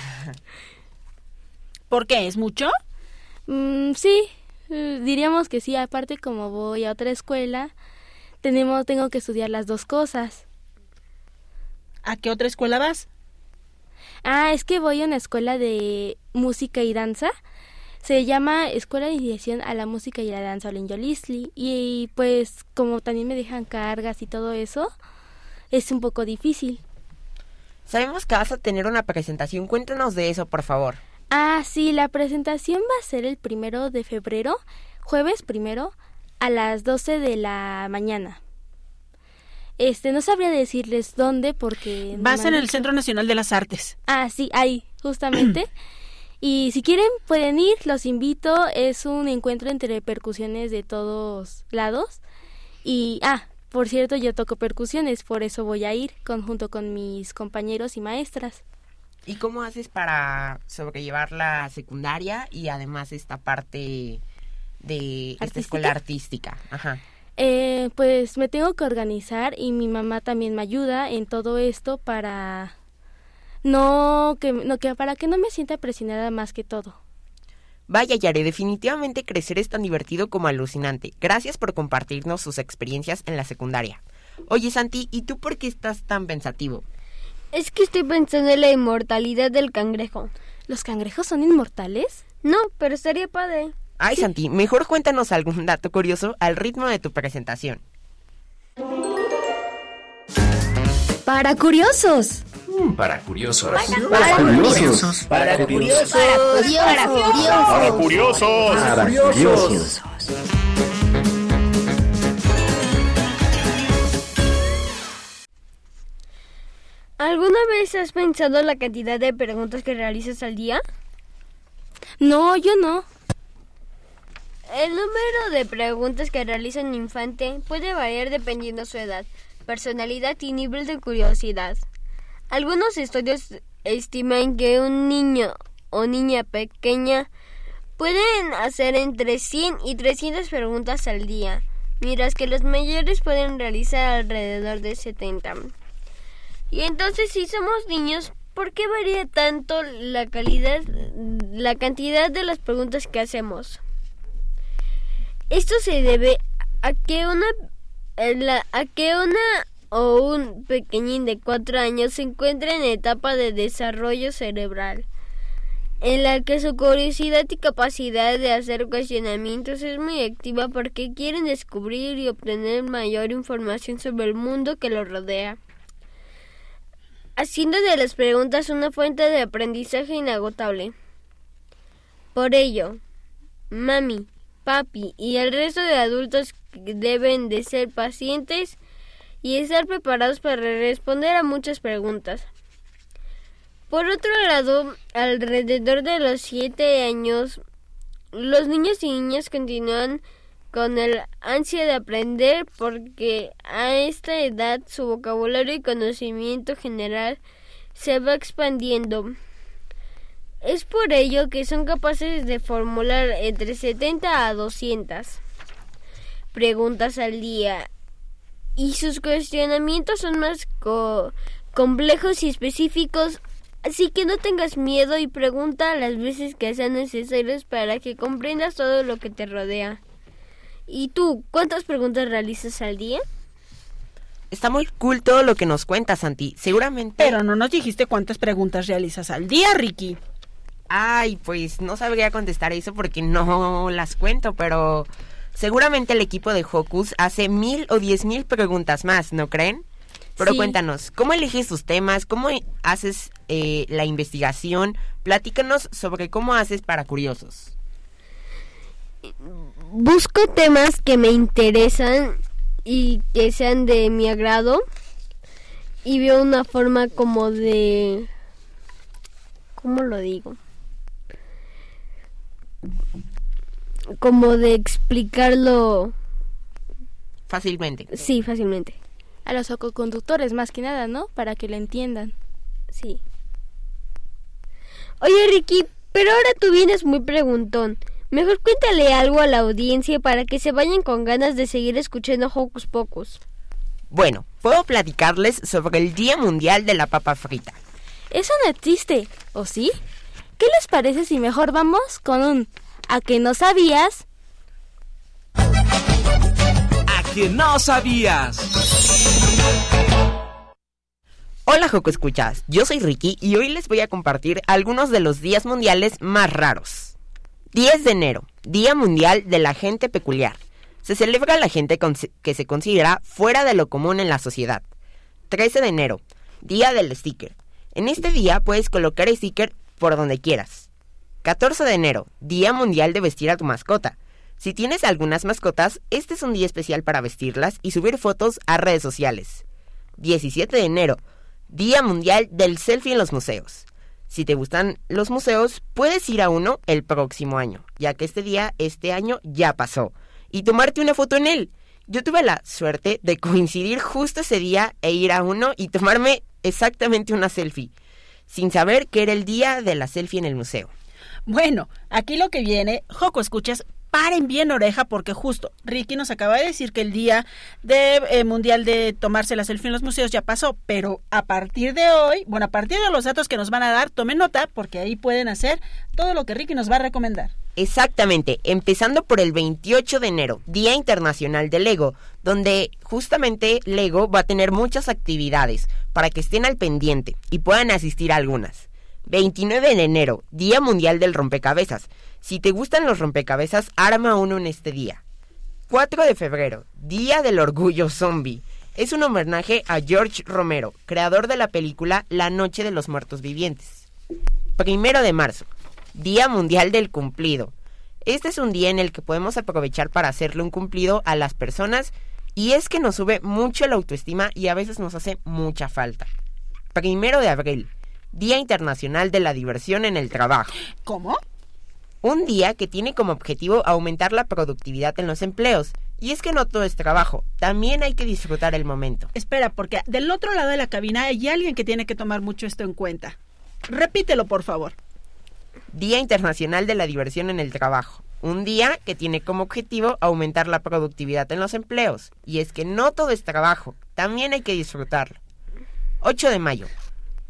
¿Por qué? ¿Es mucho? Mm, sí, eh, diríamos que sí. Aparte, como voy a otra escuela, tenemos, tengo que estudiar las dos cosas. ¿A qué otra escuela vas? Ah, es que voy a una escuela de música y danza. Se llama Escuela de Iniciación a la Música y la Danza Olin Yolisli. Y pues, como también me dejan cargas y todo eso, es un poco difícil. Sabemos que vas a tener una presentación. Cuéntanos de eso, por favor. Ah, sí, la presentación va a ser el primero de febrero, jueves primero, a las doce de la mañana. Este, no sabría decirles dónde porque... Va a ser en el Centro Nacional de las Artes. Ah, sí, ahí, justamente. Y si quieren, pueden ir, los invito. Es un encuentro entre percusiones de todos lados. Y, ah, por cierto, yo toco percusiones, por eso voy a ir con, junto con mis compañeros y maestras. ¿Y cómo haces para sobrellevar la secundaria y además esta parte de esta ¿Artística? escuela artística? Ajá. Eh, pues me tengo que organizar y mi mamá también me ayuda en todo esto para no que, no que para que no me sienta presionada más que todo. Vaya, Yare, definitivamente crecer es tan divertido como alucinante. Gracias por compartirnos sus experiencias en la secundaria. Oye, Santi, ¿y tú por qué estás tan pensativo? Es que estoy pensando en la inmortalidad del cangrejo. ¿Los cangrejos son inmortales? No, pero estaría padre. Ay, sí. Santi, mejor cuéntanos algún dato curioso al ritmo de tu presentación. Para curiosos. Para curiosos. Para curiosos. Para curiosos. Para curiosos. Para curiosos. Para curiosos. ¿Alguna vez has pensado la cantidad de preguntas que realizas al día? No, yo no. El número de preguntas que realiza un infante puede variar dependiendo su edad, personalidad y nivel de curiosidad. Algunos estudios estiman que un niño o niña pequeña pueden hacer entre cien y trescientas preguntas al día, mientras que los mayores pueden realizar alrededor de setenta. Y entonces, si somos niños, ¿por qué varía tanto la calidad, la cantidad de las preguntas que hacemos? Esto se debe a que una, la, a que una o un pequeñín de cuatro años se encuentra en etapa de desarrollo cerebral, en la que su curiosidad y capacidad de hacer cuestionamientos es muy activa porque quieren descubrir y obtener mayor información sobre el mundo que los rodea, haciendo de las preguntas una fuente de aprendizaje inagotable. Por ello, mami, papi y el resto de adultos deben de ser pacientes y estar preparados para responder a muchas preguntas. Por otro lado, alrededor de los siete años, los niños y niñas continúan con el ansia de aprender porque a esta edad su vocabulario y conocimiento general se va expandiendo. Es por ello que son capaces de formular entre setenta a doscientas preguntas al día y sus cuestionamientos son más co- complejos y específicos. Así que no tengas miedo y pregunta las veces que sean necesarias para que comprendas todo lo que te rodea. ¿Y tú, cuántas preguntas realizas al día? Está muy cool todo lo que nos cuentas, Santi. Seguramente... Pero no nos dijiste cuántas preguntas realizas al día, Ricky. Ay, pues no sabría contestar eso porque no las cuento, pero seguramente el equipo de Hocus hace mil o diez mil preguntas más, ¿no creen? Pero sí. Cuéntanos, ¿cómo eliges tus temas? ¿Cómo haces eh, la investigación? Platícanos sobre cómo haces para curiosos. Busco temas que me interesan y que sean de mi agrado y veo una forma como de... ¿Cómo lo digo? Como de explicarlo... Fácilmente. Sí, fácilmente. A los sococonductores más que nada, ¿no? Para que lo entiendan. Sí. Oye, Ricky, pero ahora tú vienes muy preguntón. Mejor cuéntale algo a la audiencia para que se vayan con ganas de seguir escuchando Hocus Pocus. Bueno, puedo platicarles sobre el Día Mundial de la Papa Frita. Eso no existe, ¿o sí? ¿Qué les parece si mejor vamos con un ¿a que no sabías? ¿A que no sabías? Hola Joco Escuchas, yo soy Ricky y hoy les voy a compartir algunos de los días mundiales más raros. diez de enero, Día Mundial de la Gente Peculiar. Se celebra a la gente que se considera fuera de lo común en la sociedad. trece de enero, Día del Sticker. En este día puedes colocar sticker por donde quieras. catorce de enero, Día Mundial de vestir a tu mascota. Si tienes algunas mascotas, este es un día especial para vestirlas y subir fotos a redes sociales. diecisiete de enero, Día Mundial del Selfie en los museos. Si te gustan los museos, puedes ir a uno el próximo año, ya que este día, este año ya pasó, y tomarte una foto en él. Yo tuve la suerte de coincidir justo ese día e ir a uno y tomarme exactamente una selfie, sin saber que era el día de la selfie en el museo. Bueno, aquí lo que viene, Joco Escuchas, paren bien oreja porque justo Ricky nos acaba de decir que el día de, eh, mundial de tomarse la selfie en los museos ya pasó, pero a partir de hoy, bueno, a partir de los datos que nos van a dar, tomen nota porque ahí pueden hacer todo lo que Ricky nos va a recomendar. Exactamente, empezando por el veintiocho de enero, Día Internacional del Lego, donde justamente Lego va a tener muchas actividades para que estén al pendiente y puedan asistir a algunas. veintinueve de enero, Día Mundial del Rompecabezas. Si te gustan los rompecabezas, arma uno en este día. cuatro de febrero, Día del Orgullo Zombie. Es un homenaje a George Romero, creador de la película La Noche de los Muertos Vivientes. primero de marzo, Día Mundial del Cumplido. Este es un día en el que podemos aprovechar para hacerle un cumplido a las personas y es que nos sube mucho la autoestima y a veces nos hace mucha falta. primero de abril, Día Internacional de la Diversión en el Trabajo. ¿Cómo? Un día que tiene como objetivo aumentar la productividad en los empleos. Y es que no todo es trabajo, también hay que disfrutar el momento. Espera, porque del otro lado de la cabina hay alguien que tiene que tomar mucho esto en cuenta. Repítelo, por favor. Día Internacional de la Diversión en el Trabajo. Un día que tiene como objetivo aumentar la productividad en los empleos. Y es que no todo es trabajo, también hay que disfrutarlo. ocho de mayo.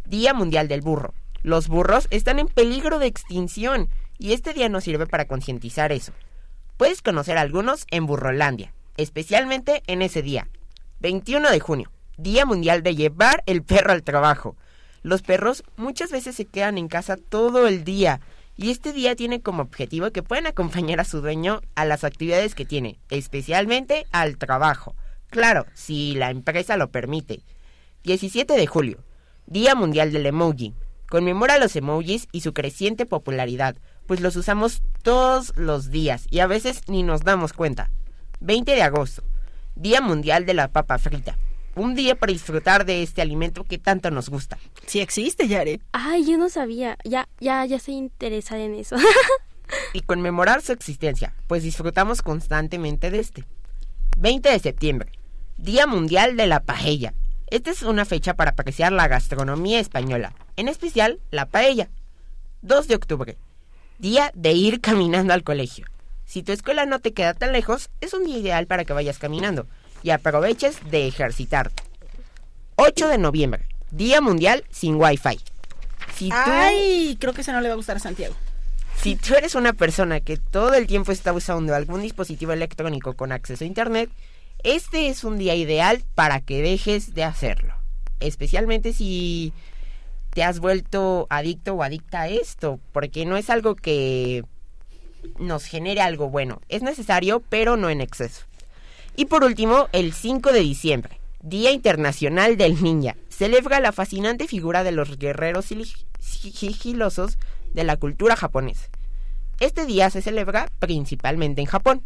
Día Mundial del Burro. Los burros están en peligro de extinción y este día nos sirve para concientizar eso. Puedes conocer a algunos en Burrolandia, especialmente en ese día. veintiuno de junio, Día Mundial de Llevar el Perro al Trabajo. Los perros muchas veces se quedan en casa todo el día y este día tiene como objetivo que puedan acompañar a su dueño a las actividades que tiene, especialmente al trabajo. Claro, si la empresa lo permite. diecisiete de julio, Día Mundial del Emoji. Conmemora los emojis y su creciente popularidad, pues los usamos todos los días y a veces ni nos damos cuenta. veinte de agosto, Día Mundial de la Papa Frita. Un día para disfrutar de este alimento que tanto nos gusta. Sí existe, Yare. Ay, yo no sabía. Ya, ya, ya estoy interesada en eso. Y conmemorar su existencia, pues disfrutamos constantemente de este. veinte de septiembre, Día Mundial de la Paella. Esta es una fecha para apreciar la gastronomía española, en especial la paella. dos de octubre, Día de ir caminando al colegio. Si tu escuela no te queda tan lejos, es un día ideal para que vayas caminando y aproveches de ejercitarte. ocho de noviembre, Día Mundial sin Wi-Fi. Si tú, Ay, creo que ese no le va a gustar a Santiago. Si tú eres una persona que todo el tiempo está usando algún dispositivo electrónico con acceso a internet, este es un día ideal para que dejes de hacerlo. Especialmente si te has vuelto adicto o adicta a esto, porque no es algo que nos genere algo bueno. Es necesario, pero no en exceso. Y por último, el cinco de diciembre, Día Internacional del Ninja. Celebra la fascinante figura de los guerreros sigilosos de la cultura japonesa. Este día se celebra principalmente en Japón.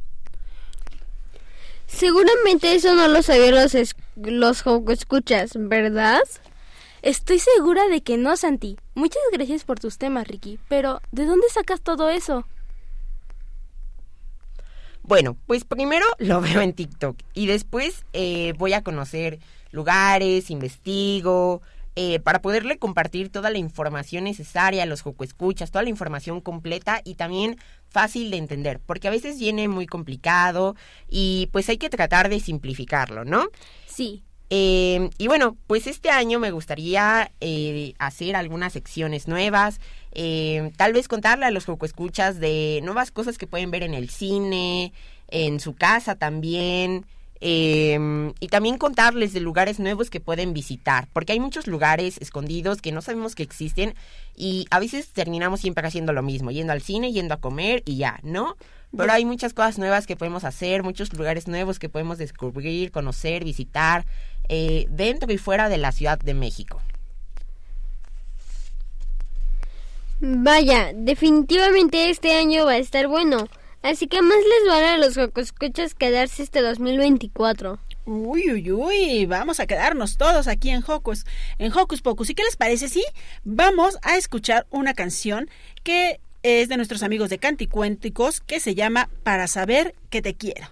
Seguramente eso no lo sabían los, es- los escuchas, ¿verdad? Estoy segura de que no, Santi. Muchas gracias por tus temas, Ricky. Pero, ¿de dónde sacas todo eso? Bueno, pues primero lo veo en TikTok y después eh, voy a conocer lugares, investigo, eh, para poderle compartir toda la información necesaria a los jocoescuchas, toda la información completa y también fácil de entender, porque a veces viene muy complicado y pues hay que tratar de simplificarlo, ¿no? Sí. Eh, y bueno, pues este año me gustaría eh, hacer algunas secciones nuevas, eh, tal vez contarle a los jocoescuchas de nuevas cosas que pueden ver en el cine, en su casa también, eh, y también contarles de lugares nuevos que pueden visitar, porque hay muchos lugares escondidos que no sabemos que existen y a veces terminamos siempre haciendo lo mismo, yendo al cine, yendo a comer y ya, ¿no? Pero hay muchas cosas nuevas que podemos hacer, muchos lugares nuevos que podemos descubrir, conocer, visitar, eh, dentro y fuera de la Ciudad de México. Vaya, definitivamente este año va a estar bueno. Así que más les vale a los jocoescuchas quedarse este dos mil veinticuatro. Uy, uy, uy, vamos a quedarnos todos aquí en Hocus, en Hocus Pocus. ¿Y qué les parece si vamos a escuchar una canción que es de nuestros amigos de Canticuénticos que se llama Para saber que te quiero?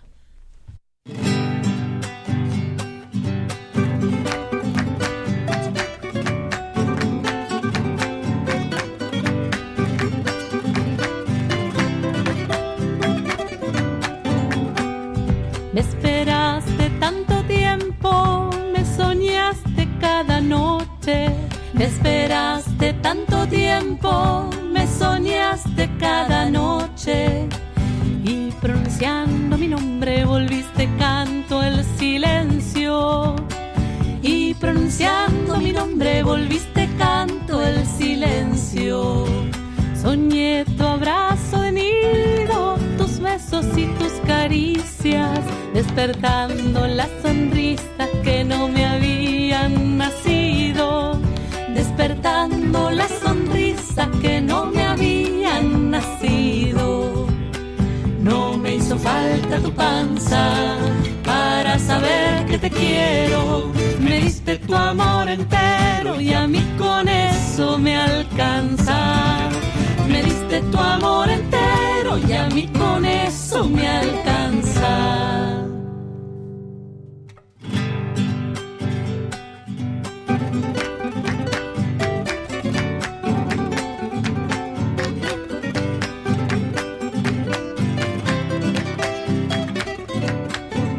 Me esperaste tanto tiempo, me soñaste cada noche. Me esperaste tanto tiempo, me soñaste cada noche. Y pronunciando mi nombre volviste canto el silencio. Y pronunciando mi nombre volviste canto el silencio. Soñé tu abrazo de nido, tus besos y tus caricias, despertando la sonrisa que no me habían nacido, despertando la sonrisa que no me habían nacido. No me hizo falta tu panza para saber que te quiero, me diste tu amor entero y a mí con eso me alcanza. Me diste tu amor entero y a mí con eso me alcanza.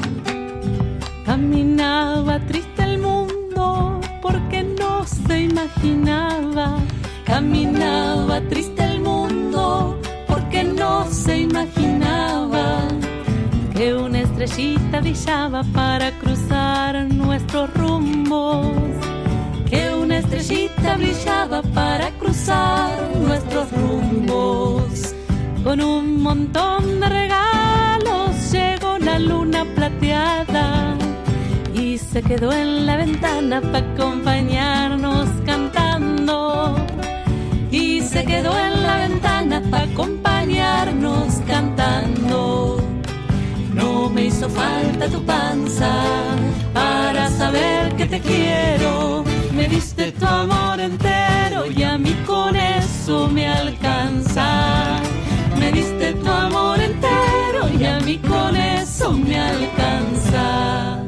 Caminaba triste el mundo porque no se imaginaba imaginaba. Caminaba triste el mundo porque no se imaginaba que una estrellita brillaba para cruzar nuestros rumbos. Que una estrellita brillaba para cruzar nuestros rumbos. Con un montón de regalos llegó la luna plateada y se quedó en la ventana para acompañarnos cantando. Y se quedó en la ventana para acompañarnos cantando. No me hizo falta tu panza para saber que te quiero. Me diste tu amor entero y a mí con eso me alcanza. Me diste tu amor entero y a mí con eso me alcanza.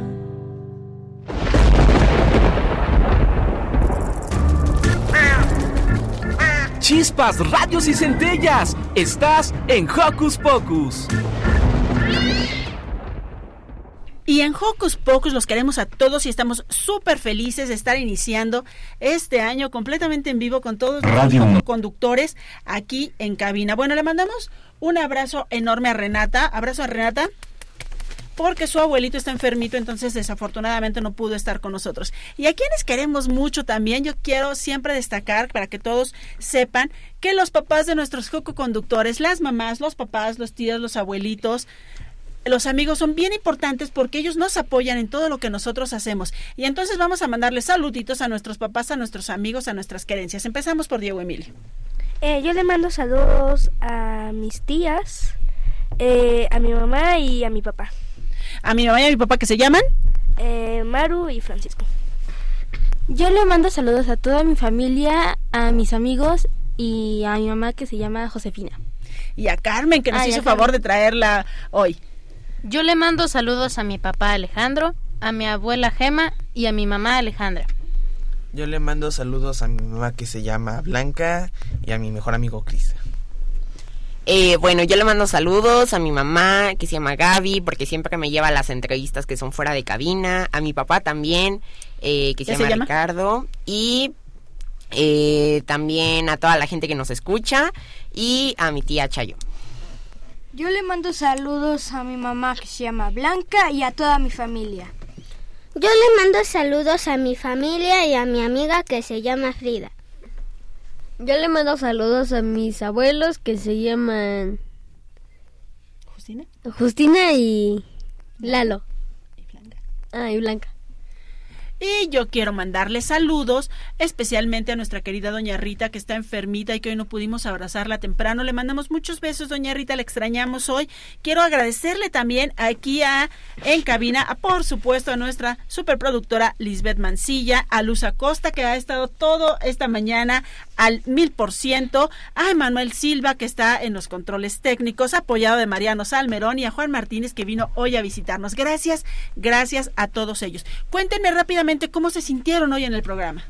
Chispas, radios y centellas. Estás en Hocus Pocus. Y en Hocus Pocus los queremos a todos y estamos súper felices de estar iniciando este año completamente en vivo con todos los conductores aquí en cabina. Bueno, le mandamos un abrazo enorme a Renata. Abrazo a Renata, porque su abuelito está enfermito, entonces desafortunadamente no pudo estar con nosotros. Y a quienes queremos mucho también, yo quiero siempre destacar para que todos sepan que los papás de nuestros jococonductores, las mamás, los papás, los tíos, los abuelitos, los amigos son bien importantes porque ellos nos apoyan en todo lo que nosotros hacemos. Y entonces vamos a mandarles saluditos a nuestros papás, a nuestros amigos, a nuestras querencias. Empezamos por Diego Emilio. Eh, yo le mando saludos a mis tías, eh, a mi mamá y a mi papá. A mi mamá y a mi papá, ¿que se llaman? Eh, Maru y Francisco. Yo le mando saludos a toda mi familia, a mis amigos y a mi mamá, que se llama Josefina. Y a Carmen, que nos ah, hizo favor de traerla hoy. Yo le mando saludos a mi papá Alejandro, a mi abuela Gema y a mi mamá Alejandra. Yo le mando saludos a mi mamá, que se llama Blanca, y a mi mejor amigo Cris. Eh, bueno, yo le mando saludos a mi mamá, que se llama Gaby, porque siempre me lleva a las entrevistas que son fuera de cabina. A mi papá también, eh, que se llama, se llama Ricardo. Y eh, también a toda la gente que nos escucha. Y a mi tía Chayo. Yo le mando saludos a mi mamá, que se llama Blanca, y a toda mi familia. Yo le mando saludos a mi familia y a mi amiga, que se llama Frida. Yo le mando saludos a mis abuelos, que se llaman ¿Justina? Justina y Lalo. Y Blanca. Ah, y Blanca. Y yo quiero mandarle saludos especialmente a nuestra querida doña Rita, que está enfermita y que hoy no pudimos abrazarla temprano. Le mandamos muchos besos, doña Rita, la extrañamos hoy. Quiero agradecerle también aquí a en cabina, a, por supuesto, a nuestra superproductora Lisbeth Mancilla, a Luz Acosta, que ha estado todo esta mañana al mil por ciento, a Emanuel Silva, que está en los controles técnicos, apoyado de Mariano Salmerón, y a Juan Martínez, que vino hoy a visitarnos. Gracias, gracias a todos ellos. Cuéntenme rápidamente cómo se sintieron hoy en el programa.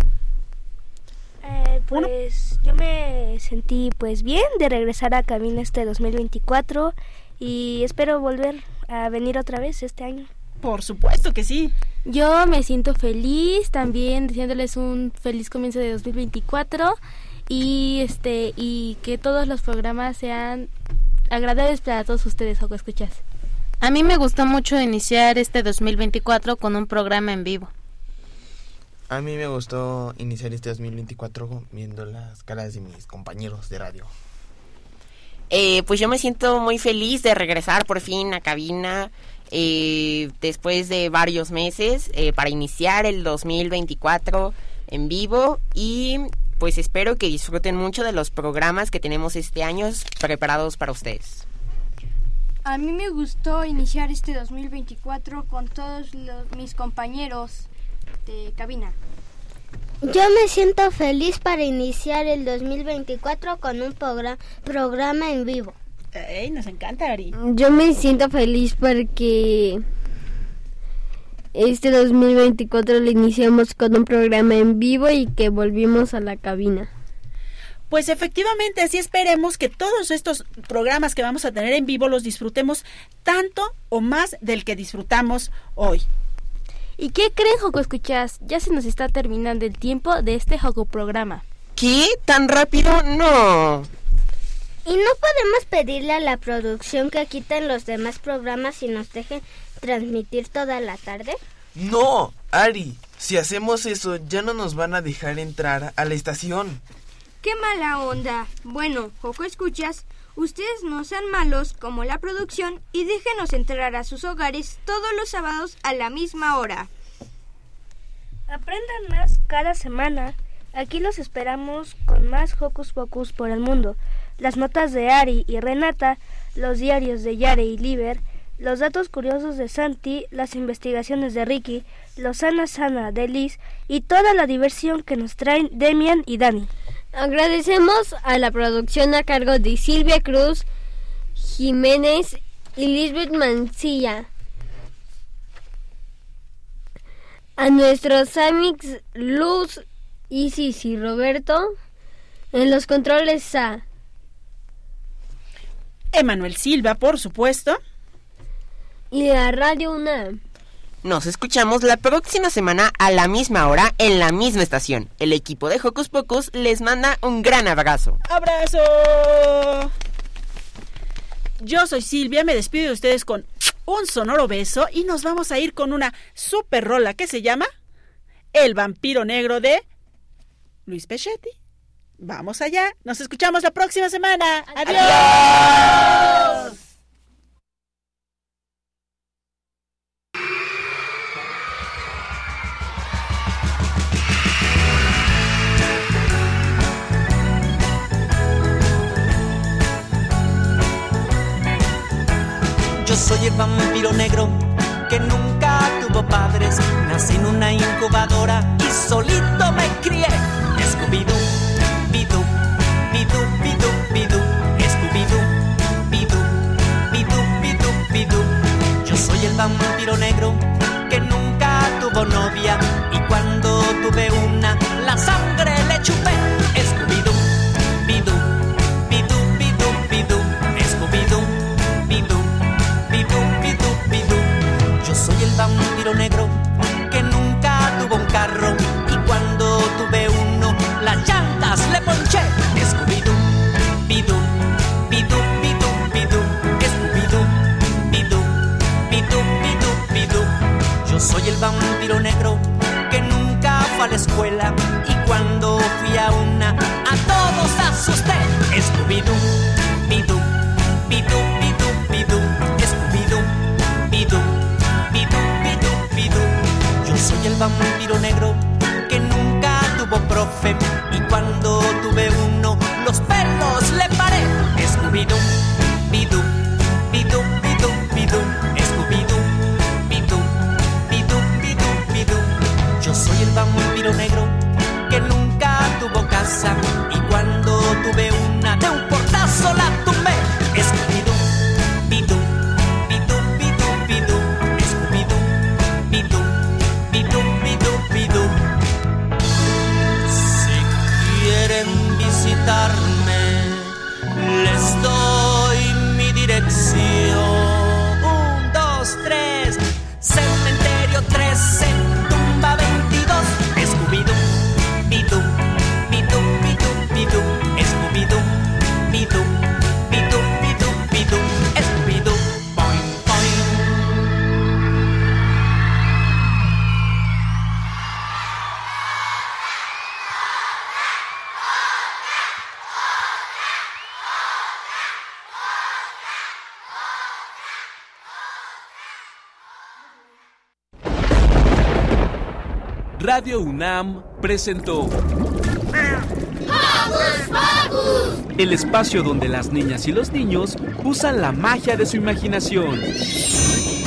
Eh, pues yo me sentí pues bien de regresar a cabina este dos mil veinticuatro y espero volver a venir otra vez este año. Por supuesto que sí. Yo me siento feliz también, deseándoles un feliz comienzo de dos mil veinticuatro y este y que todos los programas sean agradables para todos ustedes, Joco Escuchas. A mí me gustó mucho iniciar este dos mil veinticuatro con un programa en vivo. A mí me gustó iniciar este dos mil veinticuatro viendo las caras de mis compañeros de radio. Eh, pues yo me siento muy feliz de regresar por fin a cabina eh, después de varios meses eh, para iniciar el dos mil veinticuatro en vivo, y pues espero que disfruten mucho de los programas que tenemos este año preparados para ustedes. A mí me gustó iniciar este dos mil veinticuatro con todos los, mis compañeros de cabina. Yo me siento feliz para iniciar el dos mil veinticuatro con un programa, programa en vivo. Ey, nos encanta, Ari. Yo me siento feliz porque este dos mil veinticuatro lo iniciamos con un programa en vivo y que volvimos a la cabina. Pues efectivamente, así esperemos que todos estos programas que vamos a tener en vivo los disfrutemos tanto o más del que disfrutamos hoy. ¿Y qué creen, Joco Escuchas? Ya se nos está terminando el tiempo de este Joco programa. ¿Qué? ¿Tan rápido? No. ¿Y no podemos pedirle a la producción que quiten los demás programas y nos dejen transmitir toda la tarde? No, Ari, si hacemos eso ya no nos van a dejar entrar a la estación. ¡Qué mala onda! Bueno, Joco Escuchas, ustedes no sean malos como la producción y déjenos entrar a sus hogares todos los sábados a la misma hora. Aprendan más cada semana. Aquí los esperamos con más Hocus Pocus por el mundo. Las notas de Ari y Renata, los diarios de Yare y Liber, los datos curiosos de Santi, las investigaciones de Ricky, los Sana Sana de Liz y toda la diversión que nos traen Demian y Dani. Agradecemos a la producción a cargo de Silvia Cruz, Jiménez y Lisbeth Mancilla. A nuestros amigos Luz, Isis y Roberto. En los controles a Emanuel Silva, por supuesto. Y a Radio UNAM. Nos escuchamos la próxima semana a la misma hora en la misma estación. El equipo de Hocus Pocus les manda un gran abrazo. ¡Abrazo! Yo soy Silvia, me despido de ustedes con un sonoro beso y nos vamos a ir con una super rola que se llama El Vampiro Negro de Luis Pechetti. Vamos allá, nos escuchamos la próxima semana. ¡Adiós! ¡Adiós! Yo soy el vampiro negro que nunca tuvo padres. Nací en una incubadora y solito me crié. Scooby-Doo, Bidú, Bidú, Bidú, Bidú. Scooby-Doo, Bidú, Bidú, Bidú, Bidú. Yo soy el vampiro negro que nunca tuvo novia y cuando tuve una, la sangre le chupé. Scooby-Doo, Bidú, Bidú, Bidú, Bidú. Scooby-Doo, Bidú, Bidú, Bidú, Bidú. Yo soy el vampiro negro que nunca tuvo un carro y cuando tuve uno, las llantas le ponché. Scooby-Doo, Bidú, Bidú, Bidú, Bidú. Scooby-Doo, Bidú, Bidú, Bidú, Bidú. Yo soy el vampiro negro que nunca fue a la escuela y cuando fui a una, a todos asusté. Scooby-Doo, Bidú, Bidú, Bidú, Bidú. Scooby-Doo, Bidú, Bidú, Bidú, Bidú. Yo soy el vampiro negro que nunca tuvo profe y cuando tuve uno, los pelos le paré. Scooby-Doo, Bidú, Bidú, Bidú, Bidú. Scooby-Doo, Bidú, Bidú, Bidú, Bidú. Yo soy el vampiro negro que nunca tuvo casa y cuando tuve una, de un portazo la tumbé. Scooby-Doo, Bidú, Bidú, Bidú, Bidú. Scooby-Doo, Bidú, Bidú, Bidú, Bidú. Si quieren visitarme, les doy mi dirección. Un, dos, tres, Cementerio trece, tumba veintidós. Scooby-Doo, Bidú, Bidú, Bidú, Bidú. Scooby-Doo, Bidú, Bidú, Bidú, Bidú. Scooby-Doo, boing, boing. Radio UNAM presentó ¡Hocus Pocus! el espacio donde las niñas y los niños usan la magia de su imaginación.